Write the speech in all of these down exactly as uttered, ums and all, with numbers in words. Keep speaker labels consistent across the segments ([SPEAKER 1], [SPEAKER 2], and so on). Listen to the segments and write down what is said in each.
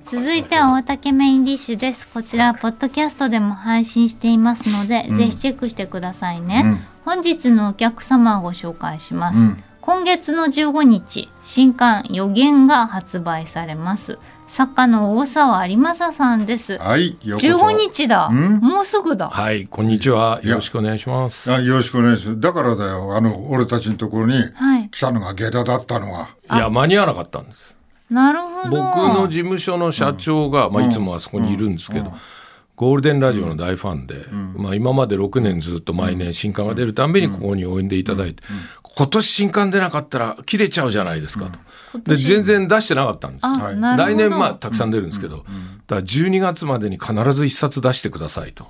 [SPEAKER 1] 続いては大竹メインディッシュです。こちらポッドキャストでも配信していますので、うん、ぜひチェックしてくださいね、うん、本日のお客様をご紹介します、うん、今月のじゅうごにち新刊予言が発売されます。作家の大沢有正さんです。
[SPEAKER 2] はい、ようこそ。
[SPEAKER 1] じゅうごにちだ、んもうすぐだ。
[SPEAKER 3] はい、こんにちは、よろしくお願いします。
[SPEAKER 2] よろしくお願いします。だからだよ、あの俺たちのところに来たのが下駄だったのは、
[SPEAKER 3] はい、いや間に合わなかったんです。
[SPEAKER 1] なるほど。
[SPEAKER 3] 僕の事務所の社長が、うんまあ、いつもあそこにいるんですけど、うんうん、ゴールデンラジオの大ファンで、うんまあ、今までろくねんずっと毎年新刊が出るたんびにここに応援でいただいて、うんうん、今年新刊出なかったら切れちゃうじゃないですかと、うん、で全然出してなかったんです。来年まあたくさん出るんですけど、うんうん、だからじゅうにがつまでに必ず一冊出してくださいと、はい、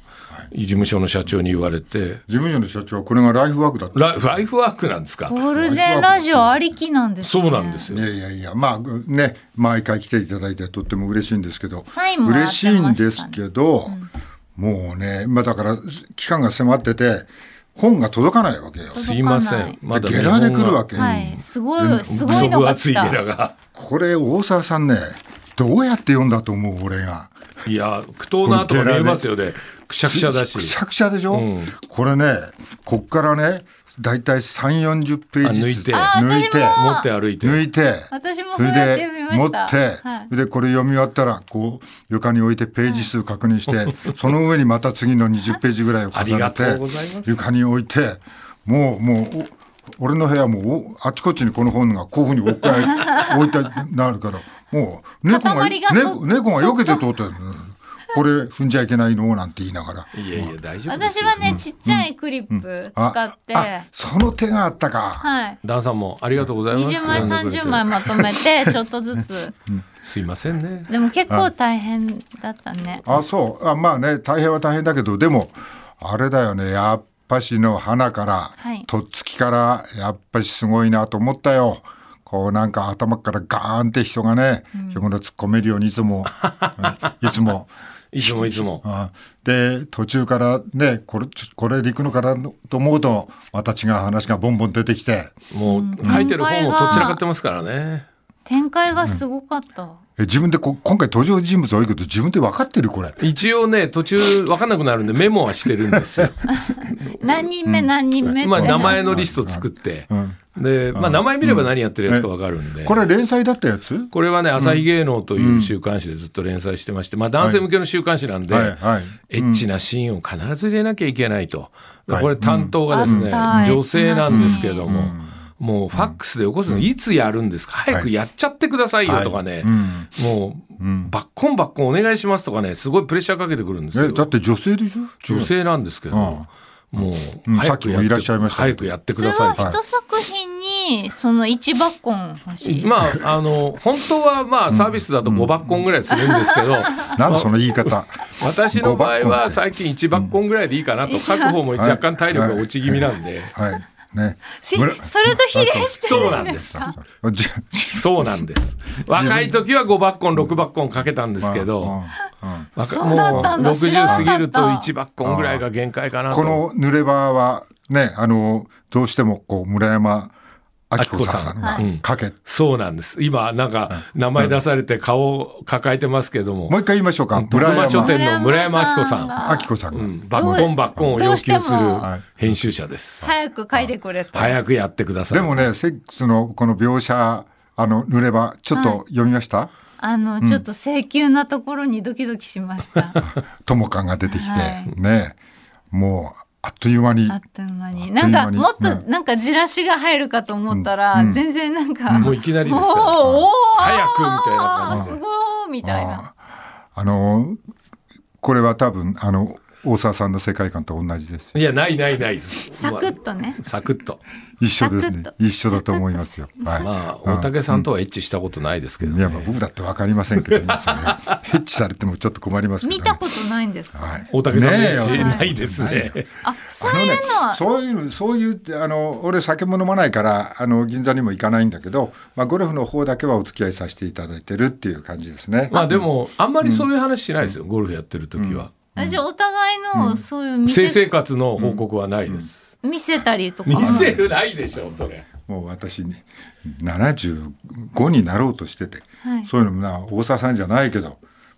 [SPEAKER 3] 事務所の社長に言われて。
[SPEAKER 2] 事務所の社長はこれがライフワークだった。
[SPEAKER 3] ライフ、ライフワークなんですか。
[SPEAKER 1] ゴールデンラジオありきなんですね。
[SPEAKER 3] そうなんですよ。
[SPEAKER 2] いやいやいや、まあね、毎回来ていただいてとっても嬉しいんですけど、
[SPEAKER 1] サインもらってましたね。
[SPEAKER 2] 嬉しいんですけど、うん、もうね、まあ、だから期間が迫ってて本が届かないわけよ。
[SPEAKER 3] すいません、まだ
[SPEAKER 2] ゲラで来るわけ、
[SPEAKER 1] はい、すごいすごいのが来た。
[SPEAKER 3] 分厚いゲラが。
[SPEAKER 2] これ大沢さんね、どうやって読んだと思う俺が。
[SPEAKER 3] いや苦闘の後が見えますよね。くしゃくしゃだし。
[SPEAKER 2] くしゃくしゃでしょ、うん、これね、こっからねだいたいさんじゅうよんじゅっページ
[SPEAKER 3] 抜いて
[SPEAKER 2] 抜いて
[SPEAKER 3] 持って歩いて
[SPEAKER 2] 抜いて
[SPEAKER 1] 私もそうやってみました。
[SPEAKER 2] それで持って、はい、でこれ読み終わったらこう床に置いてページ数確認して、はい、その上にまた次のにじゅっページぐらいを重ねて床に置いて、もうもう俺の部屋もあちこちにこの本がこういうふうに置いてなるからもう猫が猫猫が避けて通ってる。これ踏んじゃいけないのなんて言いながら。
[SPEAKER 3] いやいや大丈夫ですよ。
[SPEAKER 1] 私はね、うん、ちっちゃいクリップ使って、うんうん、
[SPEAKER 2] ああその手があったか。
[SPEAKER 1] はい。
[SPEAKER 3] ダンさんもありがとうございます。
[SPEAKER 1] にじゅうまいさんじゅうまいまとめてちょっとずつ、
[SPEAKER 3] うん、すいませんね。
[SPEAKER 1] でも結構大変だったね。
[SPEAKER 2] ああそうあまあね、大変は大変だけど、でもあれだよね、やっぱしの花から、はい、とっつきからやっぱしすごいなと思ったよ。こうなんか頭からガーンって人がね、うん、そこで突っ込めるようにいつもいつも
[SPEAKER 3] いつもいつも
[SPEAKER 2] で途中からね、これこれで行くのかなと思うとまた違う話がボンボン出てきて、
[SPEAKER 3] もう書いてる本もとっちらかってますからね。
[SPEAKER 1] 展開がすごかった、うん、
[SPEAKER 2] え自分でこ今回登場人物多いけど自分で分かってるこれ。
[SPEAKER 3] 一応ね途中分かんなくなるんでメモはしてるんですよ
[SPEAKER 1] 何人目何人目、
[SPEAKER 3] うん、まあ、名前のリスト作って、うんでまあ、名前見れば何やってるやつか分かるんで、うん、
[SPEAKER 2] これ連載だったやつ。こ
[SPEAKER 3] れはね朝日芸能という週刊誌でずっと連載してまして、まあ、男性向けの週刊誌なんで、はいはいはい、エッチなシーンを必ず入れなきゃいけないと、はい、これ担当がですね、うん、女性なんですけども、うん、もうファックスで起こすのいつやるんですか、早くやっちゃってくださいよとかね、はいはい、もう、うん、バッコンバッコンお願いしますとかね、すごいプレッシャーかけてくるんですよ。
[SPEAKER 2] えだって女性でしょ。
[SPEAKER 3] 女性なんですけど、うんもう早くやって、早くやってください。
[SPEAKER 1] それは一作品にそのいちバッコン欲しい。
[SPEAKER 3] まああの本当はまあサービスだとごバッコンぐらいするんですけど、うんうん、
[SPEAKER 2] なんでその言い方。
[SPEAKER 3] 私の場合は最近いちバッコンぐらいでいいかなと、書く方も若干体力が落ち気味なんで。
[SPEAKER 2] はいはいはいね、
[SPEAKER 1] それと比例してるんですか。
[SPEAKER 3] そうなんです。若い時はごバッコンろくバッコンかけたんですけど、もうろくじゅう過ぎるといちバッコンぐらいが限界かなと。
[SPEAKER 2] この濡れ場はね、あのどうしてもこう村山明子さんがかけ、はい、
[SPEAKER 3] そうなんです。今なんか名前出されて顔を抱えてますけども、
[SPEAKER 2] もう一回言いましょうか。
[SPEAKER 3] 村山書店の村山明子さん、
[SPEAKER 2] 明子さんが、うん、
[SPEAKER 3] バッコンバッコンを要求する編集者です。
[SPEAKER 1] 早く書いてくれと。
[SPEAKER 3] 早くやってください。
[SPEAKER 2] でもね、セックスのこの描写、あの濡れ場ちょっと読みました、はい、
[SPEAKER 1] あのちょっと請求なところにドキドキしました。
[SPEAKER 2] 友感が出てきて、はい、ね、もうあっという間に
[SPEAKER 1] あっという間になんかもっとなんかじらしが入るかと思ったら、うん、全然なんか、
[SPEAKER 3] うん、もういきなりですから、
[SPEAKER 1] お
[SPEAKER 3] 早くみたいな感じ
[SPEAKER 1] で、すごいみたいな。
[SPEAKER 2] あのこれは多分あの大沢さんの世界観と同じです。
[SPEAKER 3] いやないないないです。
[SPEAKER 1] サクッとね、
[SPEAKER 3] まあ、サクッと
[SPEAKER 2] 一緒ですね。一緒だと思いますよ。
[SPEAKER 3] はい、まあ大竹さんとはエッチしたことないですけど、ね、
[SPEAKER 2] いやまあ僕だって分かりませんけど、ね、エッチされてもちょっと困りますけど、ね、
[SPEAKER 1] 見たことないんですか。
[SPEAKER 3] はい、大竹さんもエッチないですね。
[SPEAKER 1] あ、そういうのは、
[SPEAKER 2] ね、そういうそういうあの俺酒も飲まないからあの銀座にも行かないんだけど、まあ、ゴルフの方だけはお付き合いさせていただいてるっていう感じですね。
[SPEAKER 3] まあでもあんまりそういう話しないですよ、うん、ゴルフやってる時は。
[SPEAKER 1] うん、じゃあお互いのそういう見
[SPEAKER 3] せ、うん、性生活の報告はないです、
[SPEAKER 1] うん、見せたりとか。
[SPEAKER 3] 見せるないでしょそれ。
[SPEAKER 2] もう私ななじゅうごになろうとしてて、はい、そういうのもな大沢さんじゃないけど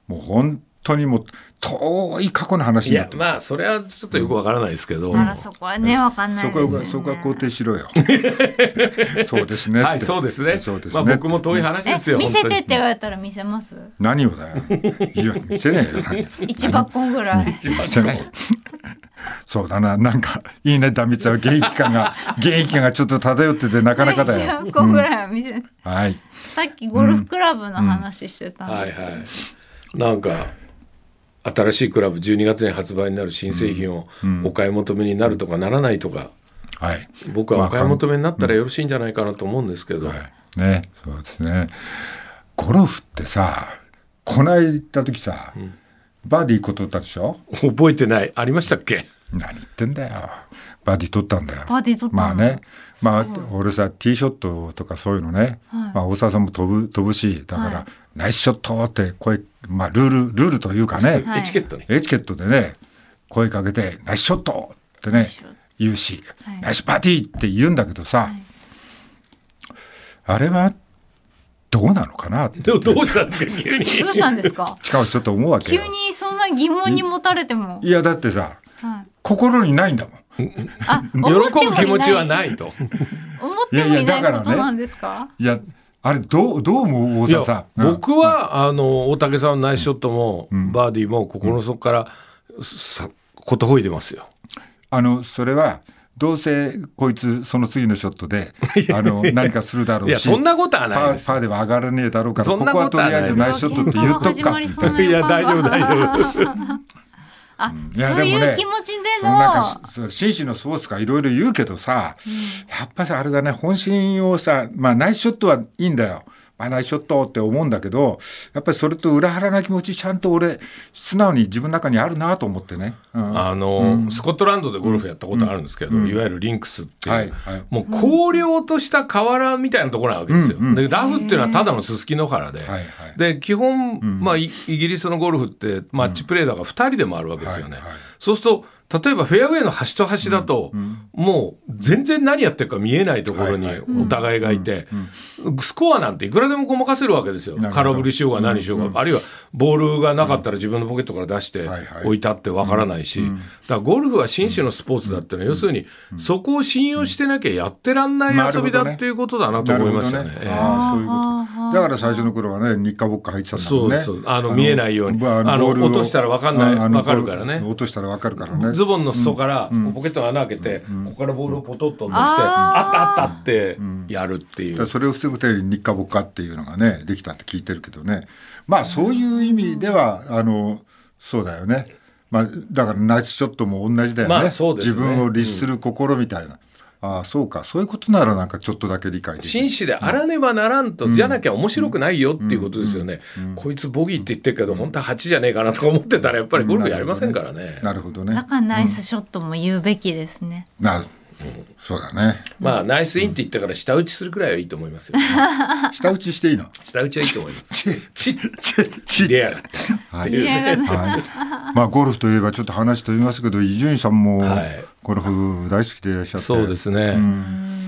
[SPEAKER 2] もう本当にもう遠い過去の話になって
[SPEAKER 3] いやまあそれはちょっとよくわからないですけど、
[SPEAKER 1] うん、あらそこはねわかんないですよね。
[SPEAKER 2] そこはそこは肯定しろよそうですね
[SPEAKER 3] はいそうですね、
[SPEAKER 2] そうですね、
[SPEAKER 3] まあ、僕も遠い話ですよ。
[SPEAKER 1] 見せてって言われたら見せます？
[SPEAKER 2] 何をだよいや見せねえよ
[SPEAKER 1] 一バッコンぐらい
[SPEAKER 3] 一バッコン
[SPEAKER 2] そうだな、なんかいいね、ダミツは現役感が現役感がちょっと漂っててなかなかだよ。
[SPEAKER 1] 一バッコンぐらいは見せ、うん、
[SPEAKER 2] はい。
[SPEAKER 1] さっきゴルフクラブの話してたんです、
[SPEAKER 3] うんうん、はいはい。なんか新しいクラブじゅうにがつに発売になる新製品をお買い求めになるとかならないとか、
[SPEAKER 2] はい、
[SPEAKER 3] 僕はお買い求めになったらよろしいんじゃないかなと思うんですけど、
[SPEAKER 2] はい、ね、そうですね。ゴルフってさ、こない行った時さ、うん、バーディー取ったでしょ。
[SPEAKER 3] 覚えてない。ありましたっけ？
[SPEAKER 2] 何言ってんだよ。バーディー取ったんだよ。
[SPEAKER 1] バーディー取ったの。
[SPEAKER 2] まあね、まあ俺さティーショットとかそういうのね、はい、まあ大沢さんも飛ぶ飛ぶし、だから、はい、ナイスショットって声、まあルールルールというかね、
[SPEAKER 3] はい、エチケットね。
[SPEAKER 2] エチケットでね声かけてナイスショットってね言うし、はい、ナイスバーディーって言うんだけどさ、はい、あれはどうなのかなって。
[SPEAKER 3] でもどうしたんですか急に。
[SPEAKER 1] どうしたんですか。
[SPEAKER 2] 近くちょっと思うわけよ。
[SPEAKER 1] 急にそんな疑問に持たれても。
[SPEAKER 2] いやだってさ、はい、心にないんだもん。
[SPEAKER 3] あ、喜ぶ気持ちはないと。
[SPEAKER 1] 思ってもいないことなんですか。
[SPEAKER 2] いやいやだからね、いやあれどうどうも大沢さん。
[SPEAKER 3] 僕は、うん、あの大竹さんのナイスショットも、うん、バーディーも心の底からさことほいでますよ。
[SPEAKER 2] あのそれはどうせこいつその次のショットであの何かするだろうし、
[SPEAKER 3] いやそんなことはないです。
[SPEAKER 2] パー、パーでは上がらねえだろうから、ここはとりあえずナイスショットって言っとくか。
[SPEAKER 3] いや大丈夫大丈夫。
[SPEAKER 1] あ、いやそういう気持ちでの、
[SPEAKER 2] なんか紳士のソースかいろいろ言うけどさ、うん、やっぱりあれだね、本心をさ、まあナイスショットはいいんだよ、まあ、ナイスショットって思うんだけど、やっぱりそれと裏腹な気持ちちゃんと俺素直に自分の中にあるなと思ってね、うん、
[SPEAKER 3] あの、うん、スコットランドでゴルフやったことあるんですけど、うん、いわゆるリンクスっていう、はいはい、もう荒涼とした河原みたいなところなわけですよ、うんうん、でラフっていうのはただのすすきの原で、はいはい、で基本、まあ、イギリスのゴルフってマッチプレーだからふたりでもあるわけですよね、はいはい、そうすると例えばフェアウェイの端と端だと、うんうん、もう全然何やってるか見えないところにお互いがいて、スコアなんていくらでもごまかせるわけですよ。空振りしようが何しようが、うんうん、あるいはボールがなかったら自分のポケットから出して置いたってわからないし、だからゴルフは紳士のスポーツだっていうのは、要するにそこを信用してなきゃやってらんない遊びだっていうことだなと思いましたね。
[SPEAKER 2] ああ、そういうことだから最初の頃はね、日課ぼっか入ってたんだもんね。
[SPEAKER 3] そうそう、あの見えないように、あの落としたら分かんない、分かるからね。
[SPEAKER 2] 落としたら分かるからね。
[SPEAKER 3] ズボンの裾からポケットの穴開けて、うん、ここからボールをポトッと落として、うん、あったあったってやるっていう、うん、
[SPEAKER 2] それを防ぐために日課ぼっかっていうのがねできたって聞いてるけどね、まあそういう意味ではあのそうだよね、まあ、だからナイスショットも同じだよね、まあそうですね、自分を律する心みたいな、うん、ああそうか、そういうことならなんかちょっとだけ理解できる。
[SPEAKER 3] 紳士であらねばならんと、うん、じゃなきゃ面白くないよっていうことですよね、うんうんうん、こいつボギーって言ってるけど本当ははちじゃねえかなとか思ってたらやっぱりゴルフやりませんからね。
[SPEAKER 2] なるほどね。
[SPEAKER 1] だからナイスショットも言うべきですね、
[SPEAKER 2] うん、なうん、そうだね。
[SPEAKER 3] まあナイスインって言ったから下打ちするくらいはいいと思いますよ、
[SPEAKER 2] 下打ちしていいの？
[SPEAKER 3] 下打ちはいいと思います。ちちち出やがったっていうね、はい
[SPEAKER 2] はい、まあゴルフといえばちょっと話と言いますけど、伊集院さんもゴルフ大好きでいらっしゃって、
[SPEAKER 3] そうですね、うん、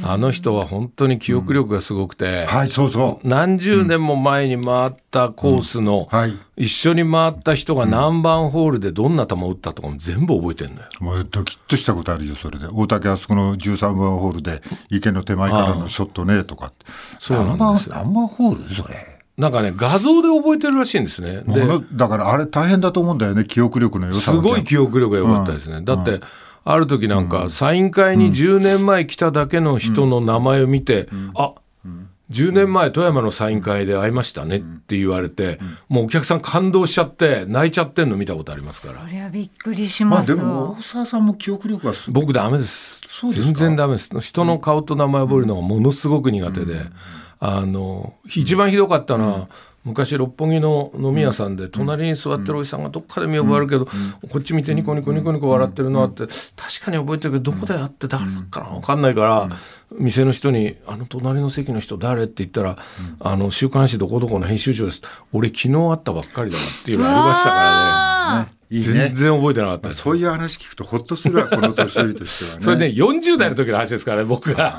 [SPEAKER 3] あの人は本当に記憶力がすごくて、
[SPEAKER 2] うん、はいそうそう、
[SPEAKER 3] 何十年も前に回ったコースの、うんはい、一緒に回った人が何番ホールでどんな球を打ったとかも全部覚えてるんだよ。
[SPEAKER 2] もうドキッとしたことあるよそれで。大竹あそこのじゅうさんばんホールで池の手前からのショットねとかって。
[SPEAKER 3] そうなんですよ。
[SPEAKER 2] 何番ホールそれ。
[SPEAKER 3] なんかね画像で覚えてるらしいんですね。で
[SPEAKER 2] だからあれ大変だと思うんだよね、記憶力の良さ。
[SPEAKER 3] すごい記憶力が良かったですね、うん、だって、うん、ある時なんか、うん、サイン会にじゅうねんまえ来ただけの人の名前を見て、うん、あ、うんじゅうねんまえ富山のサイン会で会いましたねって言われて、うん、もうお客さん感動しちゃって泣いちゃってんの見たことありますから。
[SPEAKER 1] そりゃびっくりします。
[SPEAKER 2] まあ、でも大沢さんも記憶力はす
[SPEAKER 3] ごい。僕ダメです。全然ダメです。人の顔と名前を覚えるのがものすごく苦手で、うん、あの一番ひどかったのは、うん昔六本木の飲み屋さんで隣に座ってるおじさんがどっかで見覚えあるけど、こっち見てニコニコニコニコ笑ってるのあって、確かに覚えてるけどどこで会って誰だっかな分かんないから、店の人にあの隣の席の人誰って言ったら、あの週刊誌どこどこの編集長です、俺昨日会ったばっかりだなっていうのありましたからね。いいね、全然覚えてなかったです。
[SPEAKER 2] そういう話聞くとほっとするわこの年寄りとしてはね。
[SPEAKER 3] それねよんじゅう代の時の話ですからね僕が。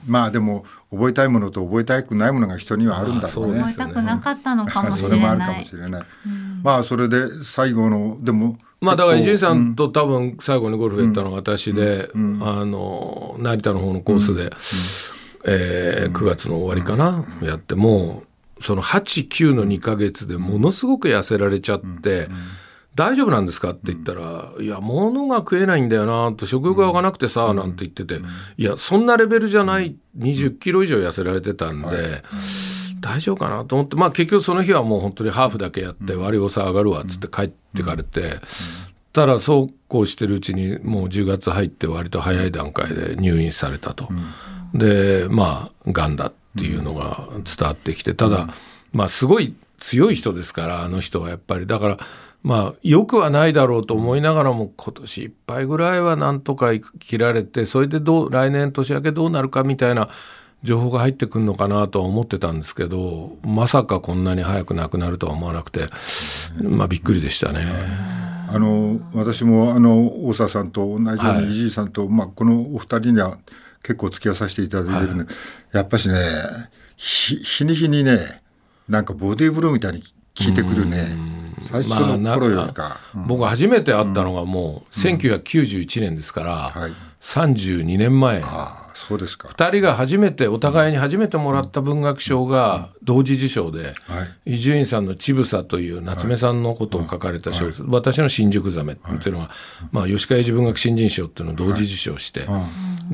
[SPEAKER 2] まあでも覚えたいものと覚えたくないものが人にはあるんだろうね。
[SPEAKER 1] 覚えたくなかったのかもしれない。
[SPEAKER 2] それもあるかもしれない、うん、まあそれで最後のでも
[SPEAKER 3] まあだから伊集院さんと多分最後にゴルフやったのが私で、うんうん、あの成田の方のコースで、うんうんえー、くがつの終わりかな、うん、やってもうそのはち、きゅうのにかげつでものすごく痩せられちゃって、うんうん、大丈夫なんですかって言ったら、うん、いや物が食えないんだよなと食欲が湧かなくてさ、うん、なんて言ってて、うん、いやそんなレベルじゃないにじゅっキロ以上痩せられてたんで、はい、大丈夫かなと思って、まあ、結局その日はもう本当にハーフだけやって割りさ上がるわっつって帰ってかれて、うんうん、ただそうこうしてるうちにもうじゅうがつ入って割と早い段階で入院されたと、うん、でまあがんだっていうのが伝わってきて、ただ、まあ、すごい強い人ですからあの人はやっぱりだからまあよくはないだろうと思いながらも今年いっぱいぐらいはなんとか切られてそれでどう来年年明けどうなるかみたいな情報が入ってくるのかなとは思ってたんですけどまさかこんなに早く亡くなるとは思わなくて、まあ、びっくりでしたね。
[SPEAKER 2] あの私もあの大沢さんと同じように伊集院さんと、まあ、このお二人には結構付き合わさせていただいてるんで、はい、やっぱしね 日, 日に日にねなんかボディーブローみたいに効いてくるね最初の頃よりか、
[SPEAKER 3] まあうん、僕初めて会ったのがもうせんきゅうひゃくきゅうじゅういちねんですから、うんはい、さんじゅうにねんまえ
[SPEAKER 2] あそうですか。ふ
[SPEAKER 3] たりが初めてお互いに初めてもらった文学賞が同時受賞で伊集院さんのちぶさという夏目さんのことを書かれた小説、はい、私の新宿ザメっていうのが、はいまあ、吉川英治文学新人賞っていうのを同時受賞して、はい、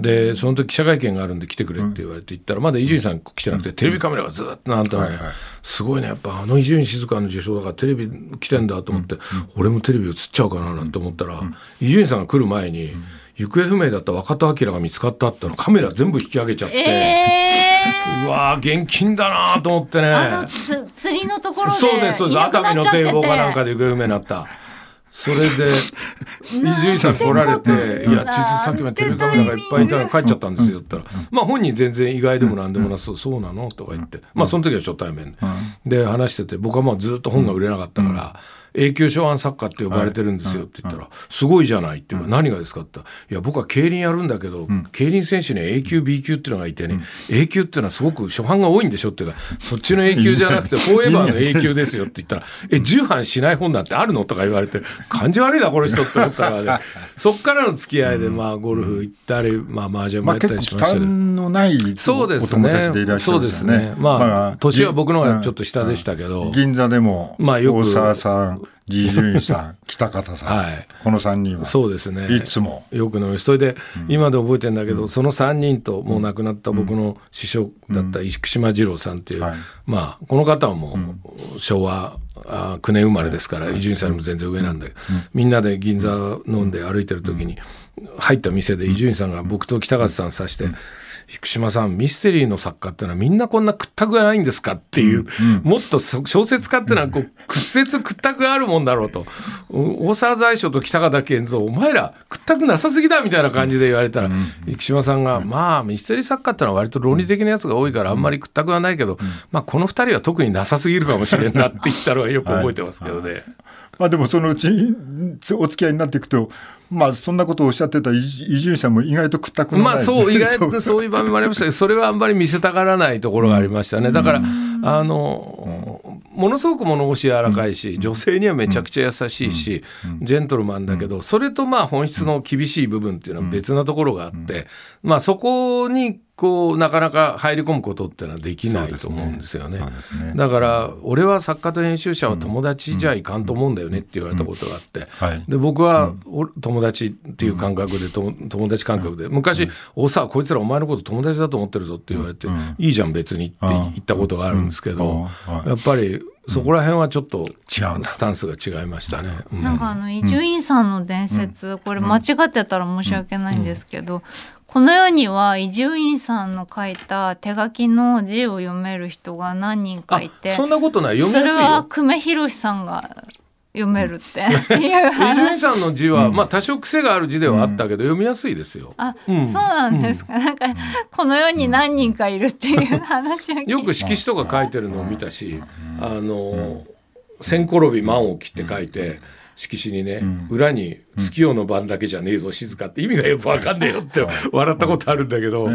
[SPEAKER 3] でその時記者会見があるんで来てくれって言われて行ったらまだ伊集院さん来てなくてテレビカメラがずっとなんとね、はいはい、すごいねやっぱあの伊集院静香の受賞だからテレビ来てんだと思って、うん、俺もテレビ映っちゃうかななんて思ったら伊集院さんが来る前に、うん行方不明だった若戸明が見つかったってのカメラ全部引き上げちゃって、えー、うわ現金だなと思ってね
[SPEAKER 1] あのつ釣りのところで
[SPEAKER 3] そうですそうです熱海の堤防かなんかで行方不明になったそれで伊集院さん来られていや実さっきまでテレビカメラがいっぱいいたの帰っちゃったんですよって言ったらまあ本人全然意外でもなんでもなそうそうなのとか言ってまあその時は初対面でで話してて僕はもうずっと本が売れなかったから永久小安作家って呼ばれてるんですよって言ったら、はい、すごいじゃないって言うから、何がですかって言ったら、いや僕は競輪やるんだけど、うん、競輪選手には A 級 B 級っていうのがいてね、うん、A 級っていうのはすごく初版が多いんでしょっていうかそっちの A 級じゃなくてフォーエバーの A 級ですよって言ったらえ重版しない本なんてあるのとか言われて感じ悪いなこの人って思ったから、ね、そっからの付き合いで、まあ、ゴルフ行ったり、まあ、麻雀もやったりしましたけど、まあ、結構負担のないお友達でいらっしゃるんですね。そうですね、まあ、年は僕の方がちょっと下でしたけど
[SPEAKER 2] 銀座でも大沢さん伊集院さん北方さん、はい、このさんにんはそうですねいつも
[SPEAKER 3] よく飲みそれで、うん、今で覚えてるんだけど、うん、そのさんにんともう亡くなった僕の師匠だった生島二郎さんっていう、うんまあ、この方はもう昭和あきゅうねん生まれですから伊集院さんにも全然上なんだけど、うん、みんなで銀座飲んで歩いてる時に入った店で伊集院さんが僕と北方さん指して、うん生島さんミステリーの作家ってのはみんなこんな屈託がないんですかっていう、うん、もっと小説家ってのはこう屈折屈託があるもんだろうと大沢在所と北方健三お前ら屈託なさすぎだみたいな感じで言われたら、うん、生島さんが、うん、まあミステリー作家ってのは割と論理的なやつが多いからあんまり屈託はないけど、うんまあ、このふたりは特になさすぎるかもしれんなって言ったのがよく覚えてますけどね、はいはい
[SPEAKER 2] まあ、でもそのうちにお付き合いになっていくとまあそんなことをおっしゃってた伊集院さんも意外と屈託のない、
[SPEAKER 3] まあそう意外とそういう場面もありましたけどそれはあんまり見せたがらないところがありましたね。だからあのものすごく物腰柔らかいし女性にはめちゃくちゃ優しいしジェントルマンだけどそれとまあ本質の厳しい部分っていうのは別なところがあってまあそこにこうなかなか入り込むことってのはできないと思うんですよね。そうですね。だから俺は作家と編集者は友達じゃいかんと思うんだよねって言われたことがあってで僕は友達っていう感覚で友達感覚で昔大沢こいつらお前のこと友達だと思ってるぞって言われていいじゃん別にって言ったことがあるんですけどやっぱりそこら辺はちょっとスタンスが違いましたね。
[SPEAKER 1] うん、なんかあの伊集院さんの伝説、うん、これ間違ってたら申し訳ないんですけど、うんうん、この世には伊集院さんの書いた手書きの字を読める人が何人かいて
[SPEAKER 3] そんなことない読みやすいよ。
[SPEAKER 1] それは久米宏さんが読めるって伊
[SPEAKER 3] 集院さんの字は、うんまあ、多少癖がある字ではあったけど、うん、読みやすいですよ。
[SPEAKER 1] あ、うん、そうなんですか、うん、なんかこの世に何人かいるっていう話を聞いて
[SPEAKER 3] よく色紙とか書いてるのを見たしあの千転び万起きって書いて色紙にね、うん、裏に月夜の晩だけじゃねえぞ静かって意味がよく分かんねえよって笑ったことあるんだけど、ね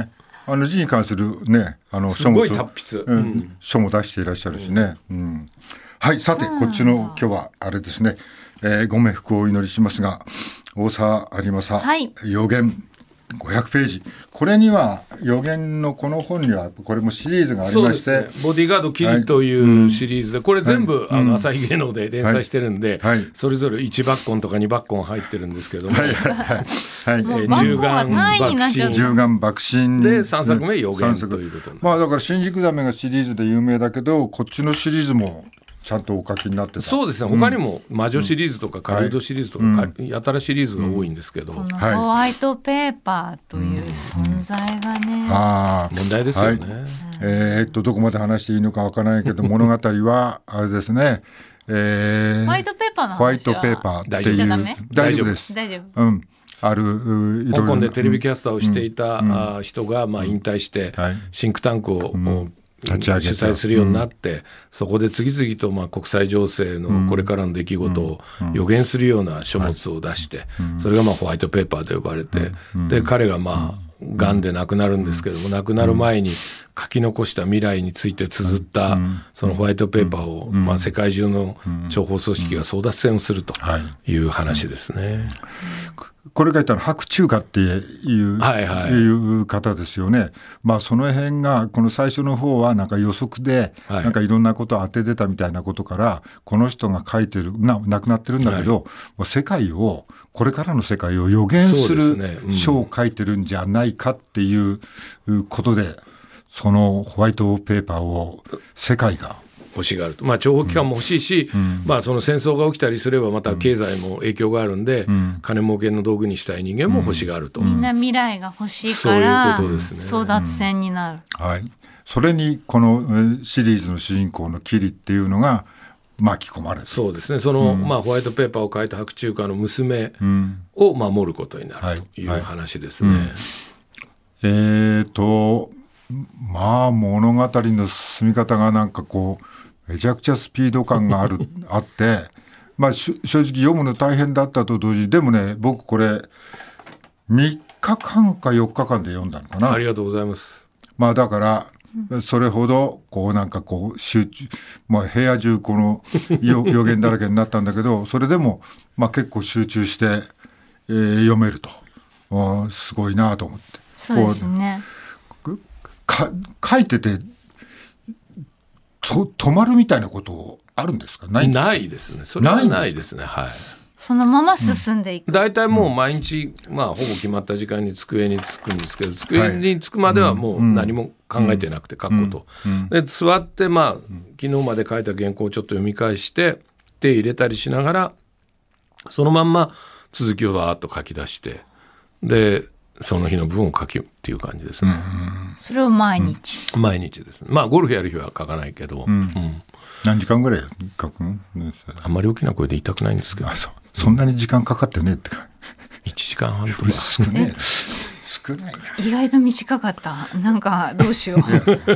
[SPEAKER 2] あの字に関するねあの書物
[SPEAKER 3] すごい達筆、
[SPEAKER 2] うん、書も出していらっしゃるしね、うんうん、はいさてこっちの今日はあれですね、えー、ご冥福をお祈りしますが大沢有正、はい、予言ごひゃくページこれには予言のこの本にはこれもシリーズがありまして、
[SPEAKER 3] ね、ボディーガードキリというシリーズで、はい、これ全部、はい、あの朝日芸能で連載してるんで、はい、それぞれいちバッコンとかにバッコン入ってるんですけども、はいはいはい、十眼爆心
[SPEAKER 2] 十眼爆心
[SPEAKER 3] でさんさくめ予言ということになる、
[SPEAKER 2] まあ、だから新宿ダメがシリーズで有名だけどこっちのシリーズもちゃんとお書きになってた。
[SPEAKER 3] そうですね、他にも魔女シリーズとか狩人シリーズとか、うん、やたらシリーズが多いんですけど、
[SPEAKER 1] このホワイトペーパーという存在がね、うん、
[SPEAKER 3] あ問題ですよね、
[SPEAKER 2] はい、えー、っとどこまで話していいのかわからないけど物語はあれですね、えー、
[SPEAKER 1] ホワイトペーパーの話は
[SPEAKER 2] ホワイトペーパーっていう大丈夫です
[SPEAKER 1] 大丈夫、
[SPEAKER 2] うんあるいろ
[SPEAKER 3] 香港でテレビキャスターをしていた、うん、人が、まあ、引退して、うんはい、シンクタンクを、うん立ち上げ主催するようになって、うん、そこで次々とまあ国際情勢のこれからの出来事を予言するような書物を出して、うん、それがまあホワイトペーパーと呼ばれて、うん、で彼がまあがんで亡くなるんですけども、亡くなる前に書き残した未来について綴ったそのホワイトペーパーをまあ世界中の諜報組織が争奪戦をするという話ですね。
[SPEAKER 2] これ書いたの白中華っていう、はいはい、いう方ですよね。まあその辺がこの最初の方はなんか予測で、はい、なんかいろんなことを当ててたみたいなことからこの人が書いてるな亡くなってるんだけど、はい、もう世界をこれからの世界を予言する書を書いてるんじゃないかっていうことで、そのホワイトペーパーを世界が
[SPEAKER 3] 欲しがると、まあ、諜報機関も欲しいし、うんまあ、その戦争が起きたりすればまた経済も影響があるんで、うん、金儲けの道具にしたい人間も欲しがると、
[SPEAKER 1] うん、みんな未来が欲しいからそういうことですね、争奪戦になる、
[SPEAKER 2] うんはい、それにこのシリーズの主人公のキリっていうのが巻き込まれる。
[SPEAKER 3] そうですね、その、うんまあ、ホワイトペーパーを書いた白中華の娘を守ることになるという話ですね、はいはいうん、
[SPEAKER 2] えーとまあ物語の進み方がなんかこうめちゃくちゃスピード感があるあって、まあ、正直読むの大変だったと同時にでもね僕これみっかかんかよっかかんで読んだのかな。
[SPEAKER 3] ありがとうございます。
[SPEAKER 2] まあだからそれほどこうなんかこう集中、まあ、部屋中この予言だらけになったんだけどそれでもまあ結構集中して、えー、読めるとすごいなと思って。
[SPEAKER 1] そうですね。
[SPEAKER 2] か書いててと止まるみたいなことあるんですか？ないんですか？
[SPEAKER 3] ないですね。それはないですね。はい。
[SPEAKER 1] そのまま進んでいく。
[SPEAKER 3] だいたいもう毎日、うん、まあほぼ決まった時間に机に着くんですけど、机に着くまではもう何も考えてなくて書くこと、うんうん、で座ってまあ昨日まで書いた原稿をちょっと読み返して手入れたりしながらそのまんま続きをわーっと書き出してでその日の分を書きっていう感じですね、
[SPEAKER 1] うん、それを毎日、
[SPEAKER 3] うん、毎日ですね。まあゴルフやる日は書かないけど、うんうん、
[SPEAKER 2] 何時間ぐらい書くの？
[SPEAKER 3] あんまり大きな声で言いたくないんですけど。
[SPEAKER 2] あ、そう、そんなに時間かかってねってか
[SPEAKER 3] いちじかんはんとか
[SPEAKER 2] 少ない少ないな。
[SPEAKER 1] 意外と短かった。なんかどうしよう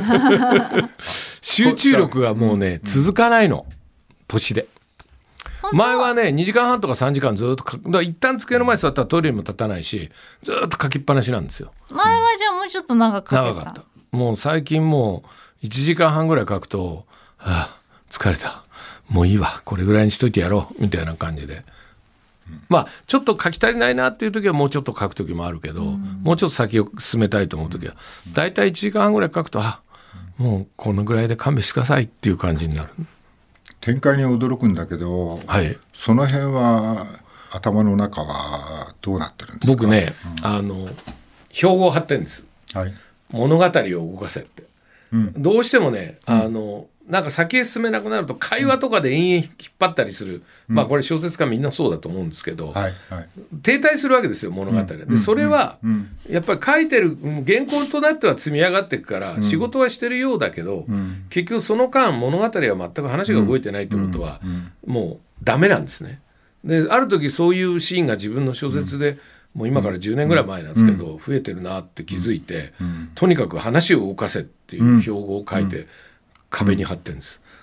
[SPEAKER 3] 集中力がもうね、うん、続かないの年で。前はねにじかんはんとかさんじかんずっとだから一旦机の前に座ったらトイレにも立たないしずっと書きっぱなしなんですよ。
[SPEAKER 1] 前はじゃあもうちょっと長かった。
[SPEAKER 3] 長かった。もう最近もういちじかんはんぐらい書くと、はあ、疲れた、もういいわ、これぐらいにしといてやろうみたいな感じで、うん、まあちょっと書き足りないなっていう時はもうちょっと書く時もあるけど、うん、もうちょっと先を進めたいと思う時はだいたいいちじかんはんぐらい書くと、あ、もうこのぐらいで勘弁してくださいっていう感じになる。
[SPEAKER 2] 展開に驚くんだけど、はい、その辺は頭の中はどうなってるんですか？
[SPEAKER 3] 僕ね、うん、あの標語を貼ってるんです、はい、物語を動かせって、うん、どうしてもね、うん、あのなんか先へ進めなくなると会話とかで延々引っ張ったりする、うん、まあこれ小説家みんなそうだと思うんですけど、はいはい、停滞するわけですよ物語、うん、でそれは、うん、やっぱり書いてる原稿となっては積み上がっていくから、うん、仕事はしてるようだけど、うん、結局その間物語は全く話が動いてないってことは、うんうん、もうダメなんですね。である時そういうシーンが自分の小説で、うんもう今からじゅうねんぐらい前なんですけど、うん、増えてるなって気づいて、うん、とにかく話を動かせっていう標語を書いて壁に貼ってるんです。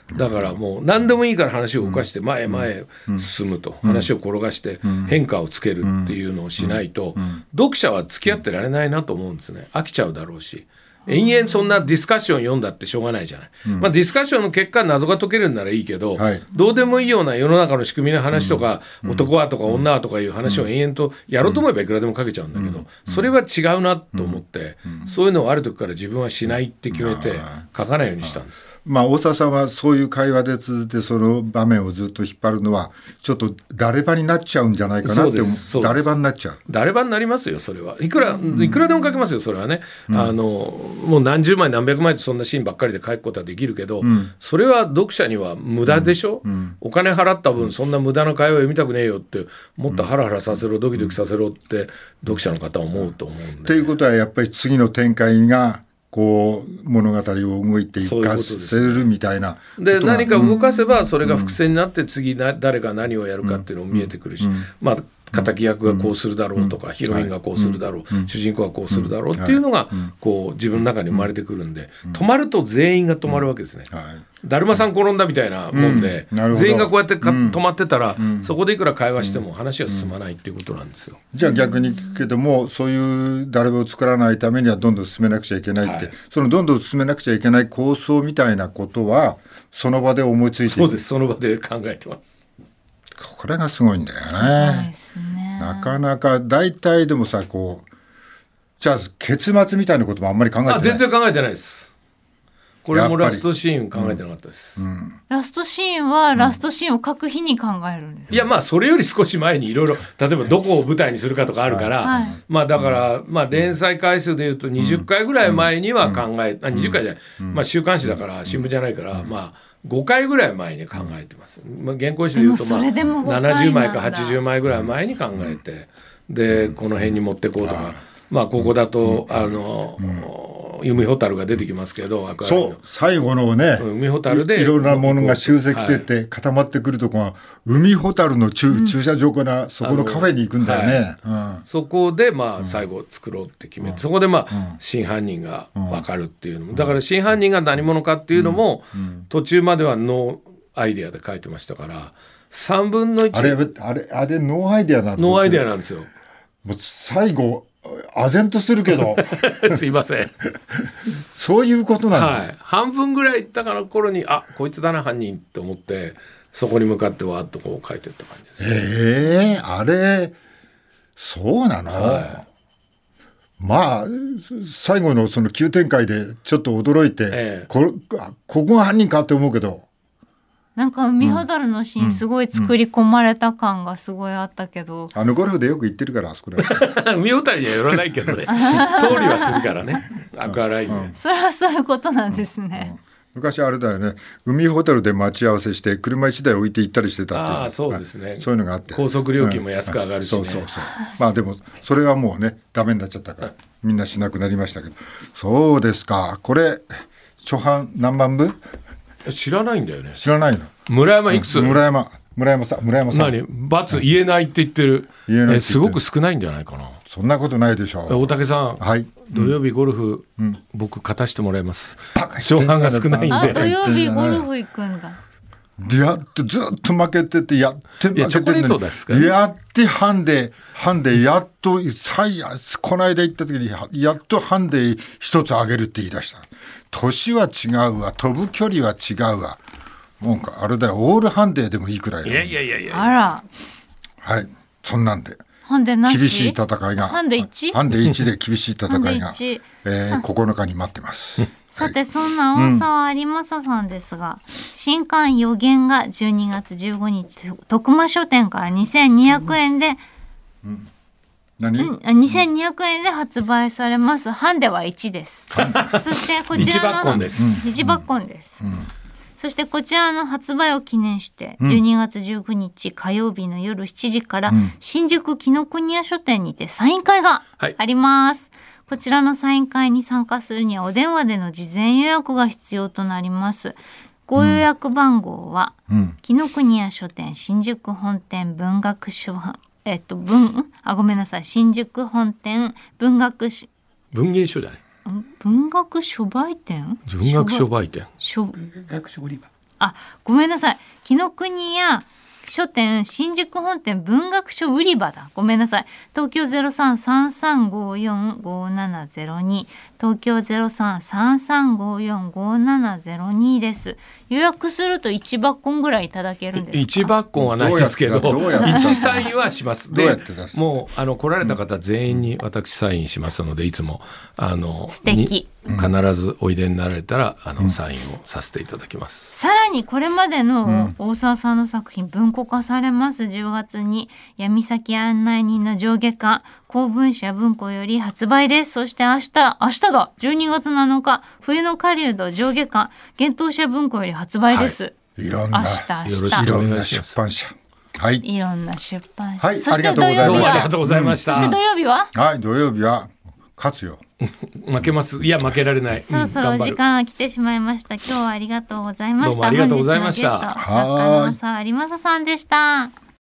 [SPEAKER 3] だからもう何でもいいから話を動かして前へ前へ進むと、話を転がして変化をつけるっていうのをしないと読者は付き合ってられないなと思うんですね。飽きちゃうだろうし、延々そんなディスカッション読んだってしょうがないじゃない、うんまあ、ディスカッションの結果謎が解けるんならいいけど、はい、どうでもいいような世の中の仕組みの話とか、うん、男はとか女はとかいう話を延々とやろうと思えばいくらでも書けちゃうんだけど、うん、それは違うなと思って、うん、そういうのをある時から自分はしないって決めて書かないようにしたんです。
[SPEAKER 2] まあ、大沢さんはそういう会話で続いてその場面をずっと引っ張るのはちょっと誰場になっちゃうんじゃないかなって思う。誰場になっちゃう。
[SPEAKER 3] 誰場になりますよそれは。いくらいくらでも書けますよそれはね、うん、あのもう何十枚何百枚ってそんなシーンばっかりで書くことはできるけど、うん、それは読者には無駄でしょ、うんうん、お金払った分そんな無駄な会話読みたくねえよってもっとハラハラさせろドキドキさせろって読者の方は思うと思うんで。
[SPEAKER 2] ということはやっぱり次の展開がこう物語を動いていかせるみたいな
[SPEAKER 3] で何か動かせばそれが伏線になって次な誰が何をやるかっていうのも見えてくるし、うんうん、まあ敵役がこうするだろうとか、うん、ヒロインがこうするだろう、うん、主人公がこうするだろうっていうのがこう自分の中に生まれてくるんで、うん、止まると全員が止まるわけですね、うんはい、だるまさん転んだみたいなもんで、うん、全員がこうやってか、うん、止まってたら、うん、そこでいくら会話しても話は進まないっていうことなんですよ。
[SPEAKER 2] じゃあ逆に聞くけどもそういうだるまを作らないためにはどんどん進めなくちゃいけないって、はい、そのどんどん進めなくちゃいけない構想みたいなことはその場で思いついて
[SPEAKER 3] そうですその場で考えてます。
[SPEAKER 2] これがすごいんだよね。
[SPEAKER 1] そうですね。
[SPEAKER 2] なかなか大体でもさこうじゃあ結末みたいなこともあんまり考えてない。
[SPEAKER 3] あ全然考えてないです。これもラストシーン考えてなかったです、
[SPEAKER 1] うんうん、ラストシーンはラストシーンを書く日に考えるんです、
[SPEAKER 3] うん、いやまあそれより少し前にいろいろ例えばどこを舞台にするかとかあるから、はい、まあだから、まあ、連載回数でいうとにじゅっかいぐらい前には考え、うん、あにじゅっかいじゃない、まあ、週刊誌だから新聞じゃないから、まあごかいぐらい前に考えてます、まあ、原稿紙でいうと、まあ、ななじゅうまいかはちじゅうまいぐらい前に考えてでこの辺に持ってこうとか、まあここだとあの、うん、海ほたるが出てきますけど
[SPEAKER 2] そう最後のね、
[SPEAKER 3] うん、海ほたるで
[SPEAKER 2] いろんなものが集積してて固まってくるとこが、はい、海ほたるの 駐,、うん、駐車場からそこのカフェに行くんだよね、
[SPEAKER 3] はいうん、そこでまあ最後作ろうって決めて、うん、そこでまあ、うん、真犯人が分かるっていうのもだから真犯人が何者かっていうのも、うんうん、途中まではノーアイデアで書いてましたからさんぶんのいち
[SPEAKER 2] あれあれあれノーアイデアなんですよ。
[SPEAKER 3] ノーアイデアなんですよ。
[SPEAKER 2] もう最後唖然とするけど
[SPEAKER 3] すいません
[SPEAKER 2] そういうことなんだ、
[SPEAKER 3] はい、半分ぐらいいったから頃にあこいつだな犯人と思ってそこに向かってわーっとこう書いていった感じです。
[SPEAKER 2] えー、あれそうなの、はい、まあ最後のその急展開でちょっと驚いて、ええ、こ, ここが犯人かって思うけど
[SPEAKER 1] なんか海ほたるのシーンすごい作り込まれた感がすごいあったけど、
[SPEAKER 2] うんうん、あのゴルフでよく行ってるからあそこで
[SPEAKER 3] 海ほたるには寄らないけどね通りはするからねアクアラインで、うん、
[SPEAKER 1] それはそういうことなんですね、うんうん、
[SPEAKER 2] 昔あれだよね海ほたるで待ち合わせして車一台置いて行ったりしてたっていう。
[SPEAKER 3] あそうですね。
[SPEAKER 2] そういうのがあって
[SPEAKER 3] 高速料金も安く上がるしね、
[SPEAKER 2] うん、そうそうそうまあでもそれはもうねダメになっちゃったからみんなしなくなりましたけど。そうですか。これ初版何万部
[SPEAKER 3] 知らないんだよね。
[SPEAKER 2] 知らないの。
[SPEAKER 3] 村山いくつ、
[SPEAKER 2] うん、村山村山さん村山さん
[SPEAKER 3] 何罰言えないって言ってる、言えないって言ってるえすごく少ないんじゃないかな。
[SPEAKER 2] そんなことないでしょう。
[SPEAKER 3] 大竹さん、はい、土曜日ゴルフ、うん、僕勝たしてもらいます。勝敗が少ないんで。
[SPEAKER 1] あ土曜日ゴルフ行くんだ。
[SPEAKER 2] やってずっと負けててやって負けて
[SPEAKER 3] チョコレートですか、ね、
[SPEAKER 2] やってハンデハンデやっと最この間行った時にやっとハンデ一つ上げるって言い出した。年は違うわ飛ぶ距離は違うわもうあれだよオールハンデでもいいくらい。
[SPEAKER 3] いやいやいやいや
[SPEAKER 1] あら
[SPEAKER 2] はいそんなんで
[SPEAKER 1] ハンデなし
[SPEAKER 2] 厳しい戦いが
[SPEAKER 1] ハンデ いち?
[SPEAKER 2] ハンデいちで厳しい戦いが、えー、ここのかに待ってます
[SPEAKER 1] さてそんな大沢有正さんですが、うん、新刊予言がじゅうにがつじゅうごにち徳間書店からにせんにひゃくえんで、
[SPEAKER 2] うんうん何
[SPEAKER 1] うん、にせんにひゃくえんで発売されます。ハンデはいちです。そしてこちらの
[SPEAKER 3] 日抜根です。
[SPEAKER 1] 日抜根です、うんうん、そしてこちらの発売を記念してじゅうにがつじゅうくにち火曜日の夜しちじから新宿紀ノ国屋書店にてサイン会があります、はい、こちらのサイン会に参加するにはお電話での事前予約が必要となります。ご予約番号は、うん、紀ノ国屋書店新宿本店文学書えっと文あごめんなさい新宿本店文学し
[SPEAKER 3] 文芸書じゃない
[SPEAKER 1] 文学書売店
[SPEAKER 3] 文学書売店
[SPEAKER 1] 書
[SPEAKER 4] 文学書売り場
[SPEAKER 1] あ、ごめんなさい。紀ノ国屋書店新宿本店文学書売り場だ。ごめんなさい。東京 ゼロさんさんさんごよんごななゼロに 東京 ゼロさんさんさんごよんごななゼロにです。予約するといちバッコンぐらいいただけるんですか？
[SPEAKER 3] いちバッコンはないですけど、いちサインはします。で、もうあの来られた方全員に私サインしますので、いつもあの
[SPEAKER 1] 素敵。
[SPEAKER 3] 必ずおいでになられたらあのサインをさせていただきます。
[SPEAKER 1] さらにこれまでの大沢さんの作品文庫化されます。じゅうがつに闇先案内人の上下巻公文社文庫より発売です。そして明日明日だじゅうにがつなのか冬の狩人上下巻幻冬舎文庫より発売です。は
[SPEAKER 2] い、いろんな
[SPEAKER 1] 明日
[SPEAKER 2] 明日いろんな出版社、
[SPEAKER 1] はい、いろんな出版社、
[SPEAKER 2] はい、
[SPEAKER 1] そして土曜日は
[SPEAKER 3] ありがとうございました。
[SPEAKER 1] そして土曜日は、
[SPEAKER 2] はい、土曜日は勝つよ。
[SPEAKER 3] 負けます。いや負けられない。
[SPEAKER 1] そろそろ時間が来てしまいました。今日はありがとうございました。
[SPEAKER 3] どうもありがとうございました。
[SPEAKER 1] 本日のゲスト作家の沢有正さんでした。